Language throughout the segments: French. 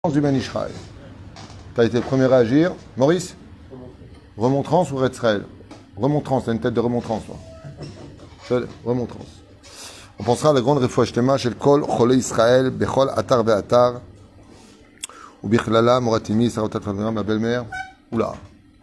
du Ben Israël. Tu as été le premier à agir. Maurice? Remontrance ou Retzraël? Remontrance, t'as une tête de remontrance, toi. Remontrance. On pensera à la grande refoua shlema shel kol cholei Israël bechol atar ve'atar ou bichlala moratimi saratat fadra ma belle-mère. Oula.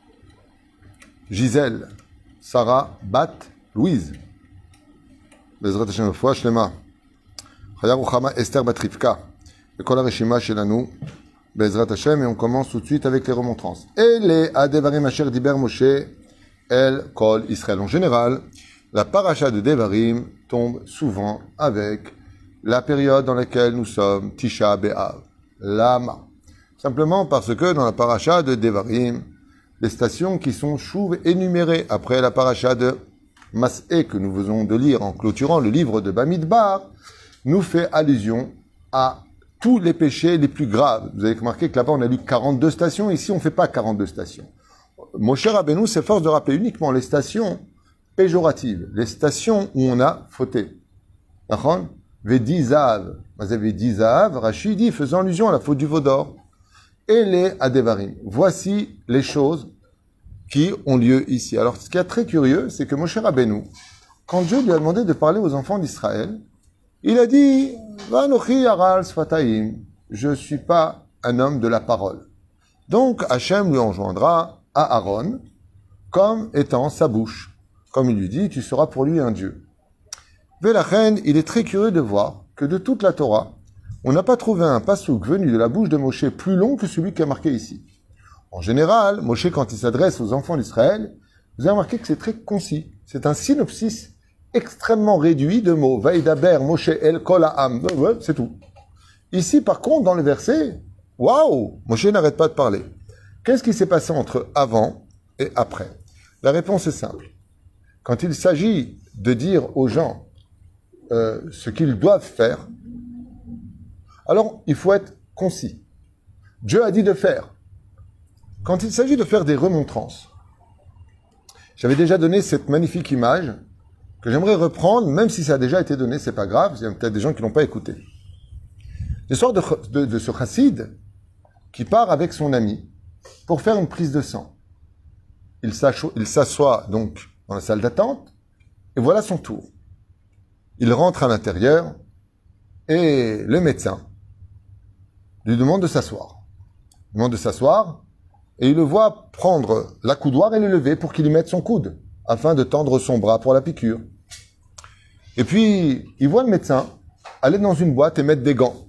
Gisèle, Sarah, Bat, Louise. Bezrat Hashem refoua shlema. Chaya Ruchama, Esther Bat Rivka. Et kol hareshima shelanu. Bezrat Hashem, et on commence tout de suite avec les remontrances. Et les Adevarim Asher Diber Moshe El Kol Israël. En général, la paracha de Devarim tombe souvent avec la période dans laquelle nous sommes, Tisha B'Av, Lama. Simplement parce que dans la paracha de Devarim, les stations qui sont chouves énumérées après la paracha de Mas'é que nous venons de lire en clôturant le livre de Bamidbar, nous fait allusion à tous les péchés les plus graves. Vous avez remarqué que là-bas, on a lu 42 stations. Ici, on ne fait pas 42 stations. Moshe Rabbeinu s'efforce de rappeler uniquement les stations péjoratives, les stations où on a fauté. D'accord? Vedi Zahav. Vedi Zahav, Rashi dit, faisant allusion à la faute du veau d'or. Et les Adevarim. Voici les choses qui ont lieu ici. Alors, ce qui est très curieux, c'est que Moshe Rabbeinu, quand Dieu lui a demandé de parler aux enfants d'Israël, il a dit, Vanochi Aral Sfataim, je ne suis pas un homme de la parole. Donc, Hachem lui enjoindra à Aaron comme étant sa bouche. Comme il lui dit, tu seras pour lui un Dieu. Vélachen, il est très curieux de voir que de toute la Torah, on n'a pas trouvé un pasouk venu de la bouche de Moshe plus long que celui qui est marqué ici. En général, Moshe, quand il s'adresse aux enfants d'Israël, vous avez remarqué que c'est très concis. C'est un synopsis extrêmement réduit de mots. Vaïdaber, Moshe, El, Kol, Ha'am. C'est tout. Ici, par contre, dans le verset, waouh, Moshe n'arrête pas de parler. Qu'est-ce qui s'est passé entre avant et après? La réponse est simple. Quand il s'agit de dire aux gens ce qu'ils doivent faire, alors il faut être concis. Dieu a dit de faire. Quand il s'agit de faire des remontrances, j'avais déjà donné cette magnifique image que j'aimerais reprendre, même si ça a déjà été donné, c'est pas grave, il y a peut-être des gens qui l'ont pas écouté. L'histoire de ce chassid qui part avec son ami pour faire une prise de sang. Il s'assoit donc dans la salle d'attente, et voilà son tour. Il rentre à l'intérieur, et le médecin lui demande de s'asseoir. Il demande de s'asseoir, et il le voit prendre la coudoir et le lever pour qu'il y mette son coude, afin de tendre son bras pour la piqûre. Et puis, il voit le médecin aller dans une boîte et mettre des gants.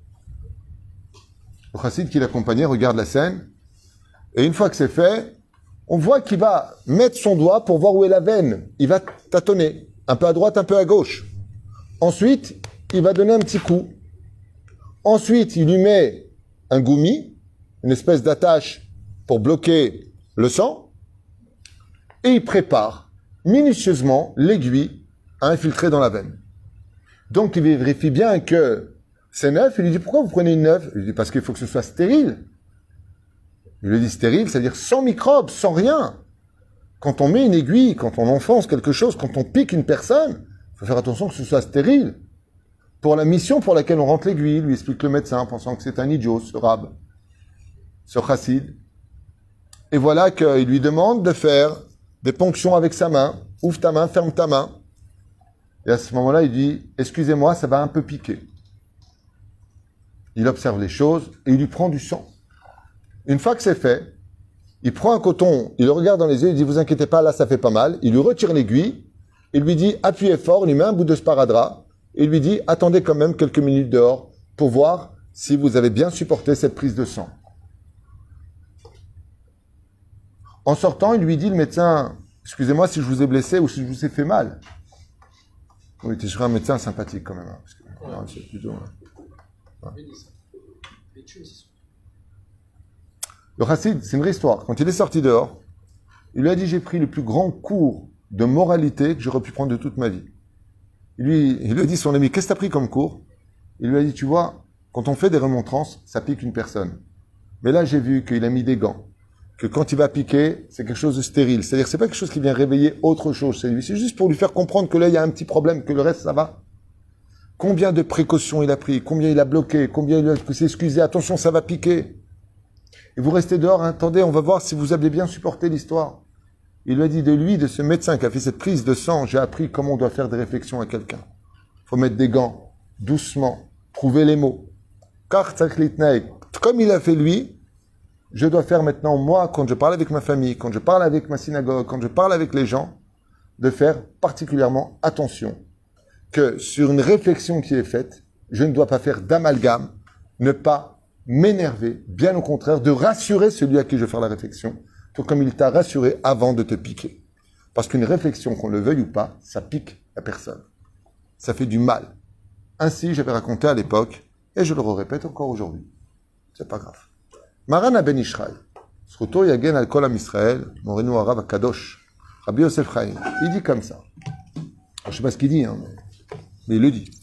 Le chassid qui l'accompagnait regarde la scène, et une fois que c'est fait, on voit qu'il va mettre son doigt pour voir où est la veine. Il va tâtonner, un peu à droite, un peu à gauche. Ensuite, il va donner un petit coup. Ensuite, il lui met un goumi, une espèce d'attache pour bloquer le sang, et il prépare minutieusement l'aiguille à infiltrer dans la veine. Donc, il vérifie bien que c'est neuf. Il lui dit, pourquoi vous prenez une neuve? Il lui dit, parce qu'il faut que ce soit stérile. Il lui dit stérile, c'est-à-dire sans microbes, sans rien. Quand on met une aiguille, quand on enfonce quelque chose, quand on pique une personne, il faut faire attention que ce soit stérile. Pour la mission pour laquelle on rentre l'aiguille, lui explique le médecin, pensant que c'est un idiot, ce rab, ce chassid. Et voilà qu'il lui demande de faire des ponctions avec sa main. Ouvre ta main, ferme ta main. Et à ce moment-là, il dit, excusez-moi, ça va un peu piquer. Il observe les choses et il lui prend du sang. Une fois que c'est fait, il prend un coton, il le regarde dans les yeux, il dit, vous inquiétez pas, là ça fait pas mal. Il lui retire l'aiguille, il lui dit, appuyez fort, il lui met un bout de sparadrap, et il lui dit, attendez quand même quelques minutes dehors pour voir si vous avez bien supporté cette prise de sang. En sortant, il lui dit, le médecin, excusez-moi si je vous ai blessé ou si je vous ai fait mal. Oui, tu serais un médecin sympathique quand même. Hein, parce que, non, c'est plutôt, ouais. Le chassid, c'est une vraie histoire. Quand il est sorti dehors, il lui a dit, j'ai pris le plus grand cours de moralité que j'aurais pu prendre de toute ma vie. Il lui a dit, son ami, qu'est-ce que tu as pris comme cours? Il lui a dit, tu vois, quand on fait des remontrances, ça pique une personne. Mais là, j'ai vu qu'il a mis des gants. Que quand il va piquer, c'est quelque chose de stérile. C'est-à-dire, c'est pas quelque chose qui vient réveiller autre chose chez lui. C'est juste pour lui faire comprendre que là, il y a un petit problème, que le reste, ça va. Combien de précautions il a pris, combien il a bloqué, combien il s'est excusé, attention, ça va piquer. Et vous restez dehors, hein, attendez, on va voir si vous avez bien supporté l'histoire. Il lui a dit de lui, de ce médecin qui a fait cette prise de sang, j'ai appris comment on doit faire des réflexions à quelqu'un. Il faut mettre des gants, doucement, trouver les mots. Comme il a fait lui, je dois faire maintenant, moi, quand je parle avec ma famille, quand je parle avec ma synagogue, quand je parle avec les gens, de faire particulièrement attention que sur une réflexion qui est faite, je ne dois pas faire d'amalgame, ne pas m'énerver, bien au contraire, de rassurer celui à qui je vais faire la réflexion, tout comme il t'a rassuré avant de te piquer. Parce qu'une réflexion, qu'on le veuille ou pas, ça pique la personne. Ça fait du mal. Ainsi, j'avais raconté à l'époque, et je le répète encore aujourd'hui. C'est pas grave. Maran Ben Ishraï, Sruto Yagen al Kol Am Israël, Morenu Arav Akadosh, Rabbi Yosef Chaim, il dit comme ça. Je ne sais pas ce qu'il dit, hein, mais il le dit.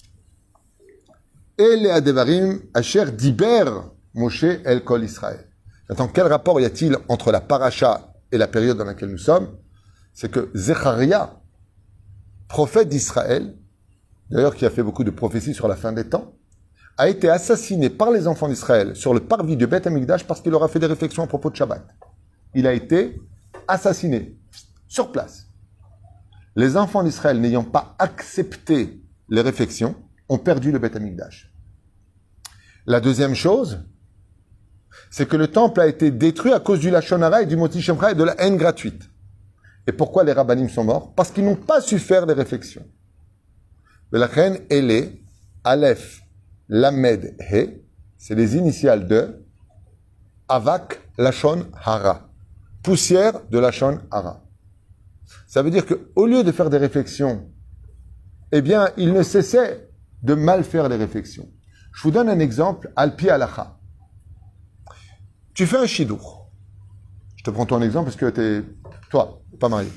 El Adevarim Asher Diber Moshe El Kol Israël. Attends, quel rapport y a-t-il entre la paracha et la période dans laquelle nous sommes? C'est que Zecharia, prophète d'Israël, d'ailleurs qui a fait beaucoup de prophéties sur la fin des temps, a été assassiné par les enfants d'Israël sur le parvis de Beth Amikdash parce qu'il leur a fait des réflexions à propos de Shabbat. Il a été assassiné sur place. Les enfants d'Israël n'ayant pas accepté les réflexions ont perdu le Beth Amikdash. La deuxième chose, c'est que le temple a été détruit à cause du Lachon Hara et du Moti Shemra et de la haine gratuite. Et pourquoi les rabbanim sont morts? Parce qu'ils n'ont pas su faire les réflexions. La reine Elé, Aleph, Lamed, He, c'est les initiales de Avak Lachon Hara, poussière de Lachon Hara. Ça veut dire qu'au lieu de faire des réflexions, eh bien, il ne cessait de mal faire les réflexions. Je vous donne un exemple, Alpi Alacha. Tu fais un chidour. Je te prends ton exemple parce que t'es, toi, pas marié.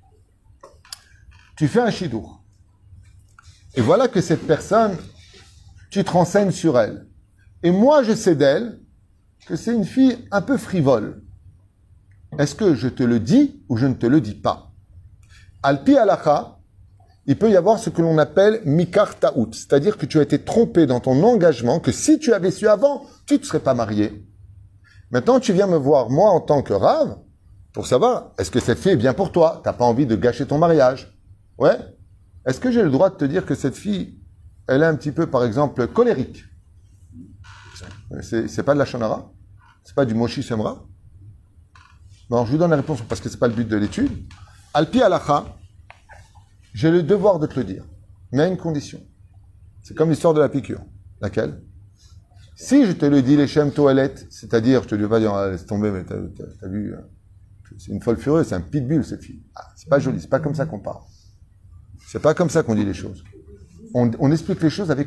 Tu fais un chidour. Et voilà que cette personne, tu te renseignes sur elle. Et moi, je sais d'elle que c'est une fille un peu frivole. Est-ce que je te le dis ou je ne te le dis pas? Alpi Alacha, il peut y avoir ce que l'on appelle mikar ta'out, c'est-à-dire que tu as été trompé dans ton engagement, que si tu avais su avant, tu ne serais pas marié. Maintenant, tu viens me voir, moi, en tant que rave, pour savoir, est-ce que cette fille est bien pour toi? T'as pas envie de gâcher ton mariage? Ouais? Est-ce que j'ai le droit de te dire que cette fille, elle est un petit peu, par exemple, colérique? C'est pas de la shonara? C'est pas du moshi semra? Bon, je vous donne la réponse parce que c'est pas le but de l'étude. Alpi alacha, j'ai le devoir de te le dire, mais à une condition. C'est comme l'histoire de la piqûre. Laquelle? Si je te le dis, les Shem Toilette, c'est-à-dire, je te dis pas dire, ah, laisse tomber, mais t'as vu, c'est une folle furieuse, c'est un pitbull, cette fille. Ah, c'est pas joli, c'est pas comme ça qu'on parle. C'est pas comme ça qu'on dit les choses. On explique les choses avec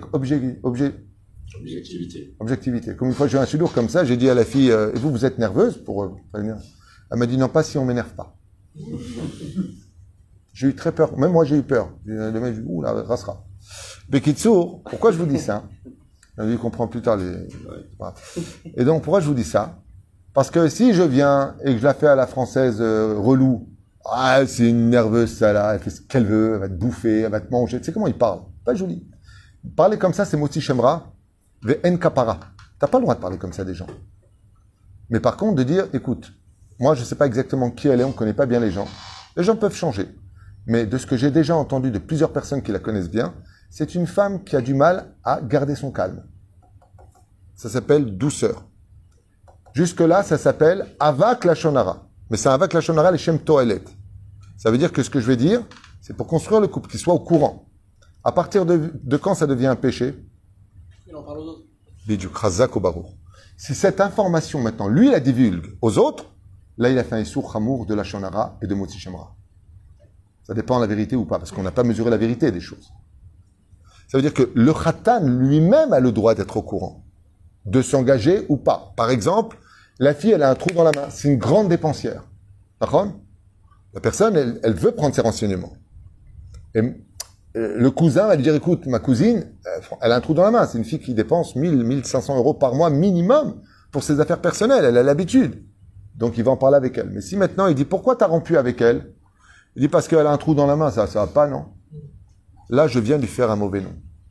objectivité. Comme une fois, j'ai eu un sudour comme ça, j'ai dit à la fille, et vous êtes nerveuse pour prévenir? Elle m'a dit, non, pas si on m'énerve pas. J'ai eu très peur. Même moi, j'ai eu peur. Le mec, ouh, la rasera. Bekitsour, pourquoi je vous dis ça? On comprend plus tard les... Et donc, pourquoi je vous dis ça? Parce que si je viens et que je la fais à la française relou, ah, c'est une nerveuse, ça là, elle fait ce qu'elle veut, elle va te bouffer, elle va te manger. Tu sais comment il parle? Pas joli. Parler comme ça, c'est Moti Shemra, Ve'en Kapara. T'as pas le droit de parler comme ça des gens. Mais par contre, de dire, écoute, moi, je sais pas exactement qui elle est, on connaît pas bien les gens. Les gens peuvent changer. Mais de ce que j'ai déjà entendu de plusieurs personnes qui la connaissent bien, c'est une femme qui a du mal à garder son calme. Ça s'appelle douceur. Jusque-là, ça s'appelle Avak Lachonara. Mais c'est Avak Lachonara les Shem Toelet. Ça veut dire que ce que je vais dire, c'est pour construire le couple, qu'il soit au courant. À partir de quand ça devient un péché? Il en parle aux autres. Bidjuk, Chazak au Baruch. Si cette information, maintenant, lui, la divulgue aux autres, là, il a fait un Issour Chamour de Lachonara et de Motzi Shemra. Ça dépend de la vérité ou pas, parce qu'on n'a pas mesuré la vérité des choses. Ça veut dire que le Khatan lui-même a le droit d'être au courant, de s'engager ou pas. Par exemple, la fille, elle a un trou dans la main, c'est une grande dépensière. D'accord? La personne, elle veut prendre ses renseignements. Et le cousin va lui dire, écoute, ma cousine, elle a un trou dans la main, c'est une fille qui dépense 1500 euros par mois minimum pour ses affaires personnelles, elle a l'habitude. Donc il va en parler avec elle. Mais si maintenant il dit, pourquoi t'as rompu avec elle? Il dit, parce qu'elle a un trou dans la main, ça va pas, non? Là, je viens de lui faire un mauvais nom.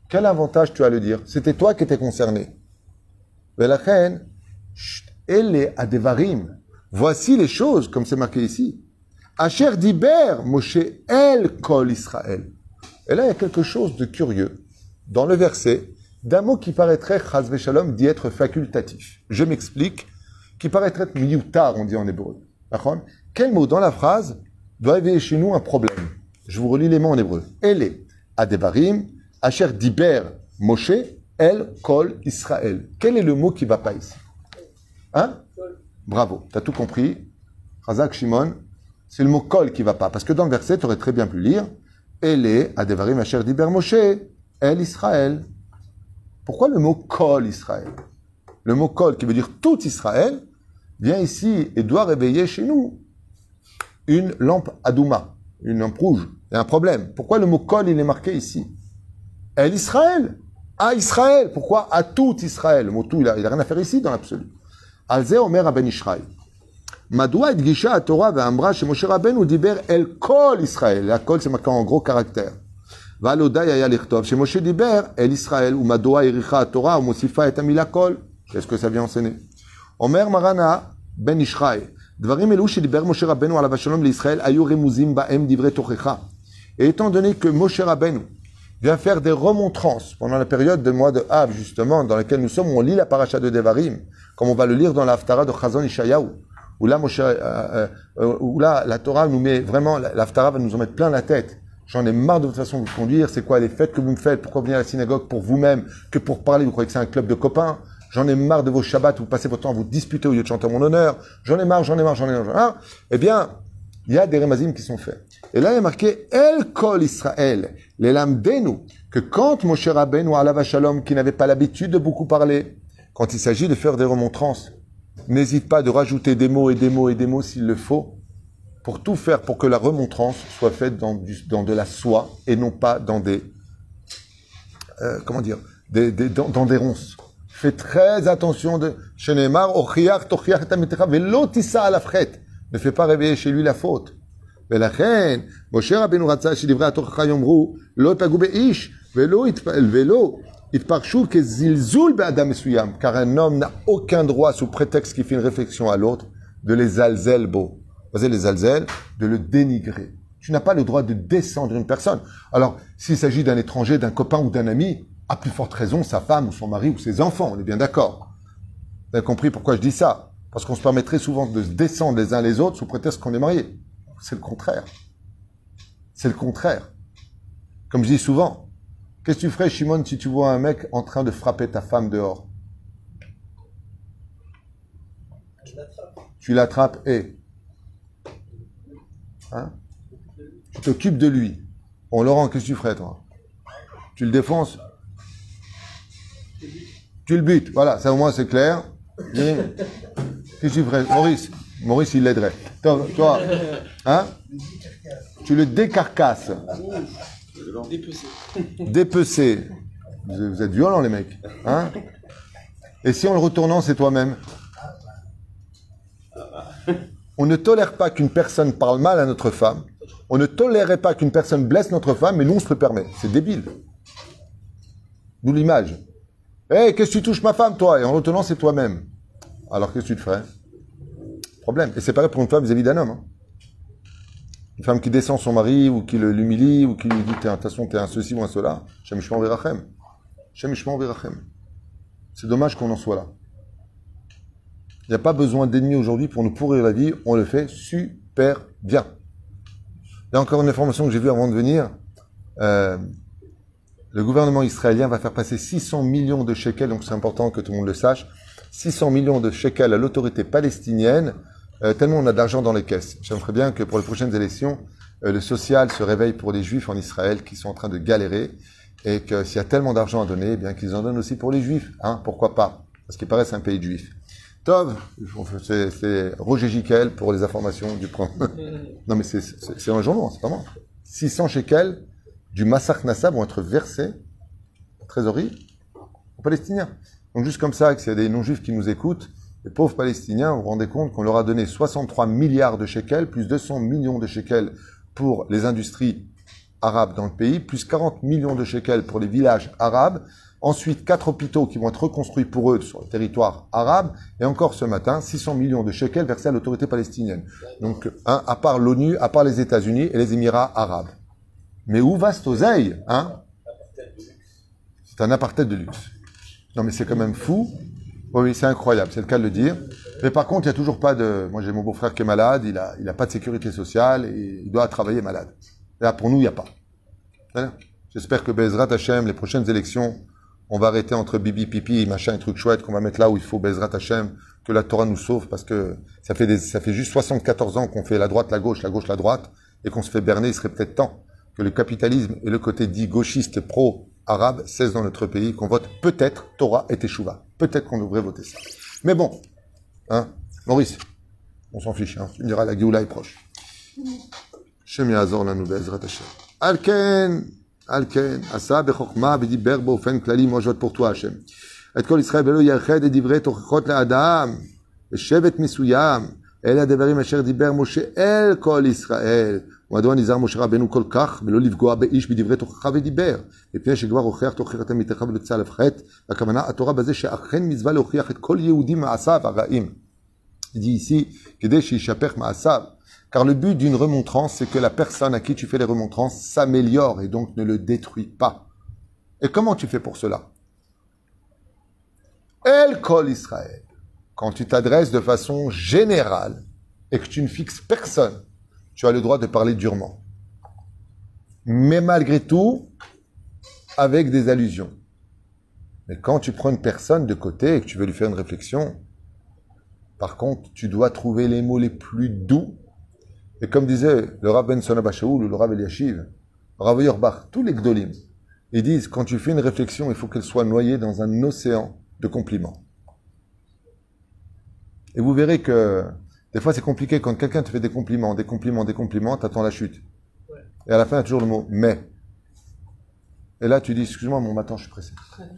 Quel avantage tu as à le dire? C'était toi qui étais concerné. Velachen, elle adevarim. Voici les choses, comme c'est marqué ici. Asher diber Moshe el kol Israël. Et là, il y a quelque chose de curieux dans le verset d'un mot qui paraîtrait, chas v'shalom, d'y être facultatif. Je m'explique, qui paraîtrait miyutar, on dit en hébreu. D'accord? Quel mot dans la phrase doit éveiller chez nous un problème? Je vous relis les mots en hébreu. Ele adevarim, asher diber Moshe el kol Israël. Quel est le mot qui ne va pas ici? Hein? Bravo, tu as tout compris. Razak Shimon, c'est le mot kol qui ne va pas. Parce que dans le verset, tu aurais très bien pu lire Ele adevarim asher diber Moshe el Israël. Pourquoi le mot kol Israël? Le mot kol qui veut dire tout Israël vient ici et doit réveiller chez nous une lampe adouma, une lampe rouge. Il y a un problème. Pourquoi le mot kol il est marqué ici? El Israël. À Israël. Pourquoi à tout Israël? Le mot tout, il a rien à faire ici dans l'absolu. Alze Omer Ben Ishraï. Madoua et Gisha à Torah ve'amra chez Moshe Rabbeinu diber el kol Israël. La kol c'est marqué en gros caractère. Valodai aya lichtov chez Moshe diber el Israël ou Madoua iricha à Torah ou Mosifa et amila kol. Qu'est-ce que ça vient enseigner? Omer Marana Ben Ishraï. Dvarim elou chez diber Moshe Rabbeinu alav shalom l'Israël ayu remuzim ba'em divrei tochecha. Et étant donné que Moshe Rabbeinu vient faire des remontrances pendant la période de mois de Av, justement, dans laquelle nous sommes, où on lit la paracha de Devarim, comme on va le lire dans la Haftara de Chazon Ishayahu, où là, la Torah nous met vraiment, la Haftara va nous en mettre plein la tête. J'en ai marre de votre façon de vous conduire, c'est quoi les fêtes que vous me faites, pourquoi venir à la synagogue pour vous-même, que pour parler, vous croyez que c'est un club de copains, j'en ai marre de vos Shabbats, vous passez votre temps à vous disputer au lieu de chanter à mon honneur, j'en ai marre. Eh bien, il y a des remazim qui sont faits. Et là, il y a marqué El Kol Israël, les lamdenu, que quand Moshe Rabbeinu alav shalom, qui n'avait pas l'habitude de beaucoup parler, quand il s'agit de faire des remontrances, n'hésite pas de rajouter des mots et des mots et des mots s'il le faut, pour tout faire pour que la remontrance soit faite dans de la soie et non pas dans des, dans des ronces. Fais très attention de Shenemar, Ochiach, Tochiach, Tamitcha, Velo Tissa alafchet. Ne fais pas réveiller chez lui la faute. ולכן, משה רבנו רצה שדברי התוכחה יאמרו, לא פגעו באיש, ולא התפרשו כזלזול באדם מסוים, car un homme n'a aucun droit, sous prétexte qu'il fait une réflexion à l'autre, de les alzel beau. Vous les alzel, de le dénigrer. Tu n'as pas le droit de descendre une personne. Alors, s'il s'agit d'un étranger, d'un copain ou d'un ami, à plus forte raison, sa femme ou son mari ou ses enfants, on est bien d'accord. Vous avez compris pourquoi je dis ça? Parce qu'on se permettrait souvent de se descendre les uns les autres sous prétexte qu'on est mariés. C'est le contraire. C'est le contraire. Comme je dis souvent, qu'est-ce que tu ferais, Shimon, si tu vois un mec en train de frapper ta femme dehors? Tu l'attrapes et... Hein? Tu t'occupes de lui. Bon, Laurent, qu'est-ce que tu ferais, toi? Tu le défonces? Tu le butes. Voilà, ça au moins c'est clair. Qu'est-ce que tu ferais? Maurice, il l'aiderait. Toi, hein? Tu le décarcasses. Dépecer. Vous êtes violents, les mecs. Hein? Et si en le retournant, c'est toi-même? On ne tolère pas qu'une personne parle mal à notre femme. On ne tolérerait pas qu'une personne blesse notre femme, mais nous, on se le permet. C'est débile. D'où l'image. Hey, qu'est-ce que tu touches ma femme, toi? Et en retournant, c'est toi-même. Alors, qu'est-ce que tu te ferais? Problème. Et c'est pareil pour une femme vis-à-vis d'un homme. Hein. Une femme qui descend son mari, ou qui l'humilie, ou qui lui dit, de toute façon, t'es un ceci ou un cela. Shem Yishmor Virachem. Shem Yishmor Virachem. C'est dommage qu'on en soit là. Il n'y a pas besoin d'ennemis aujourd'hui pour nous pourrir la vie. On le fait super bien. Il y a encore une information que j'ai vue avant de venir. Le gouvernement israélien va faire passer 600 millions de shekels, donc c'est important que tout le monde le sache, 600 millions de shekels à l'autorité palestinienne, tellement on a d'argent dans les caisses. J'aimerais bien que pour les prochaines élections, le social se réveille pour les juifs en Israël qui sont en train de galérer, et que s'il y a tellement d'argent à donner, eh bien qu'ils en donnent aussi pour les juifs. Hein, pourquoi pas? Parce qu'il paraît c'est un pays de juifs. Tov, c'est Roger Giquel pour les informations du point. Non mais c'est un journal, c'est pas moi. 600 shekels du Massach Nassa vont être versés en trésorerie aux Palestiniens. Donc juste comme ça, que s'il y a des non-juifs qui nous écoutent, les pauvres Palestiniens, vous vous rendez compte qu'on leur a donné 63 milliards de shekels, plus 200 millions de shekels pour les industries arabes dans le pays, plus 40 millions de shekels pour les villages arabes, ensuite 4 hôpitaux qui vont être reconstruits pour eux sur le territoire arabe, et encore ce matin, 600 millions de shekels versés à l'autorité palestinienne. Donc, à part l'ONU, à part les États-Unis et les Émirats arabes. Mais où va cette oseille, hein? C'est un apartheid de luxe. Non, mais c'est quand même fou. Oui, c'est incroyable, c'est le cas de le dire. Mais par contre, il n'y a toujours pas de... Moi, j'ai mon beau-frère qui est malade, il a pas de sécurité sociale et il doit travailler malade. Là, pour nous, il n'y a pas. Voilà. J'espère que Bezrat Hashem, les prochaines élections, on va arrêter entre bibi, pipi, machin, et trucs chouettes qu'on va mettre là où il faut Bezrat Hashem, que la Torah nous sauve, parce que ça fait juste 74 ans qu'on fait la droite, la gauche, la droite, et qu'on se fait berner. Il serait peut-être temps que le capitalisme et le côté dit gauchiste pro-arabe cessent dans notre pays, qu'on vote peut-être Torah et Teshuva. Peut-être qu'on devrait voter ça. Mais bon, hein, Maurice, on s'en fiche, hein, tu me diras, la Géoula est proche. Shem Yazor la nouvelle, Bezrat Hashem. Alken, Asa bechokma v'diber באופן כללי, moi je vote pour toi, Hashem. את כל ישראל ולא ירחד את דברי תוכחות לאדם, לשבט מסוים, אלה הדברים אשר דיבר משה אל כל ישראל. ומדוע נזהר משה רבנו כל כך, ולא לפגוע באיש בדברי תוכחה ודיבר? מפני שכבר הוכיח תוכחתם מתך ולא תצא עליו חטא, והכוונה התורה בזה שאכן מצווה להוכיח את כל יהודי מעשיו הרעים. Il dit ici, כדי שישפך מעשיו. Car le but d'une remontrance, c'est que la personne à qui tu fais les remontrances s'améliore et donc ne le détruit pas. Et comment tu fais pour cela? El Kol Israël. Quand tu t'adresses de façon générale et que tu ne fixes personne, tu as le droit de parler durement. Mais malgré tout, avec des allusions. Mais quand tu prends une personne de côté et que tu veux lui faire une réflexion, par contre, tu dois trouver les mots les plus doux. Et comme disait le Rav Ben Sona Bashaoul ou le Rav Eliashiv, le Rav Yorbach, tous les Gdolim, ils disent, quand tu fais une réflexion, il faut qu'elle soit noyée dans un océan de compliments. Et vous verrez que des fois c'est compliqué quand quelqu'un te fait des compliments, t'attends la chute. Ouais. Et à la fin, il y a toujours le mot « mais ». Et là, tu dis « excuse-moi, mon matin, je suis pressé ».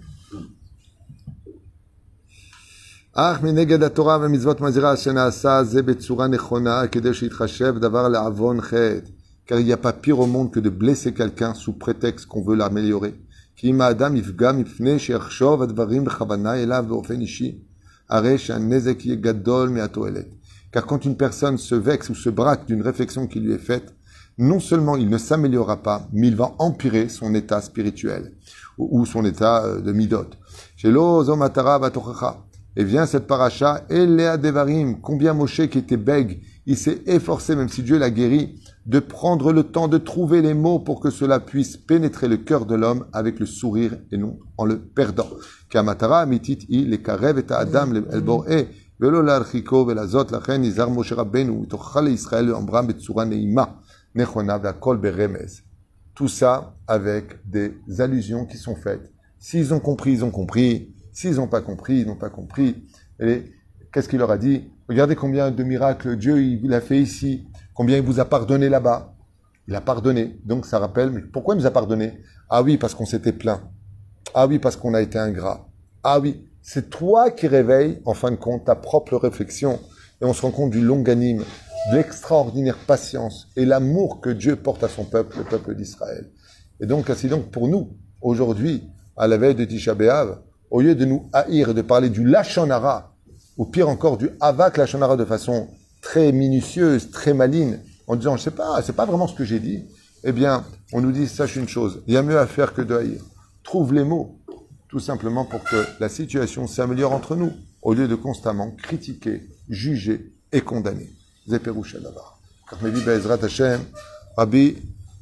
אך מנגד התורה ומצוות מזהירה שנעשה זה בצורה נכונה כדי שיתחשב דבר לעוון חטא. Car il n'y a pas pire au monde que de blesser quelqu'un sous prétexte qu'on veut l'améliorer. כי אם האדם יפגע מפני שיחשוב הדברים בכוונה אליו באופן אישי, הרי שהנזק יהיה גדול מהתועלת. Car quand une personne se vexe ou se braque d'une réflexion qui lui est faite, non seulement il ne s'améliorera pas, mais il va empirer son état spirituel ou son état de midot. Shelo zomatara vatochacha. Et vient cette paracha, Eléa Devarim, combien Moshe qui était bègue, il s'est efforcé, même si Dieu l'a guéri, de prendre le temps de trouver les mots pour que cela puisse pénétrer le cœur de l'homme avec le sourire et non en le perdant. Kamatara amitit i le karev et adam el bor'e, velo l'archiko velazot lachen izar Moshe Rabbeinu, itocha le Israël ambram betsura neima, nechona v'akol beremez. Tout ça avec des allusions qui sont faites. S'ils ont compris, ils ont compris. S'ils n'ont pas compris, ils n'ont pas compris. Et qu'est-ce qu'il leur a dit? Regardez combien de miracles Dieu il a fait ici. Combien il vous a pardonné là-bas. Il a pardonné. Donc ça rappelle, mais pourquoi il nous a pardonné? Ah oui, parce qu'on s'était plaint. Ah oui, parce qu'on a été ingrat. Ah oui, c'est toi qui réveilles, en fin de compte, ta propre réflexion. Et on se rend compte du longanime, de l'extraordinaire patience et l'amour que Dieu porte à son peuple, le peuple d'Israël. Et donc, ainsi donc, pour nous, aujourd'hui, à la veille de Tisha B'Av, au lieu de nous haïr et de parler du Lachon Hara, ou pire encore du Havak Lachon Hara de façon très minutieuse, très maligne, en disant, je sais pas, c'est pas vraiment ce que j'ai dit, eh bien, on nous dit, sache une chose, il y a mieux à faire que de haïr. Trouve les mots, tout simplement pour que la situation s'améliore entre nous, au lieu de constamment critiquer, juger et condamner. Zeperouch Adavar. Karmevi Be'ezrat Hashem, Rabbi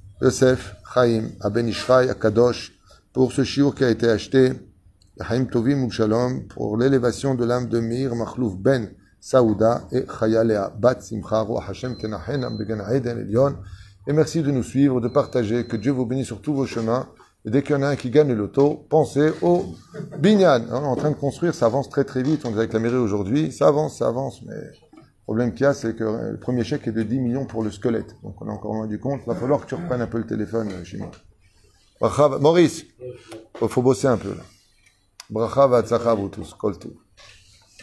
Yosef Chaim, Aben Ishraï, Akadosh, pour ce shiur qui a été acheté, Chaim Tovim Shalom, pour l'élévation de l'âme de Meir Machlouf Ben Saouda et Chaya Lea Bat Simcha Ruach Hashem Tenachenam Began Eden Elion. Et merci de nous suivre, de partager, que Dieu vous bénisse sur tous vos chemins. Et dès qu'il y en a un qui gagne le loto, pensez au Binyan. On est en train de construire, ça avance très très vite. On est avec la mairie aujourd'hui, ça avance, mais le problème qu'il y a, c'est que le premier chèque est de 10 millions pour le squelette. Donc on est encore loin du compte. Il va falloir que tu reprennes un peu le téléphone chez moi. Maurice, il faut bosser un peu là. Bracha v'atzlacha vous tous, kol tout.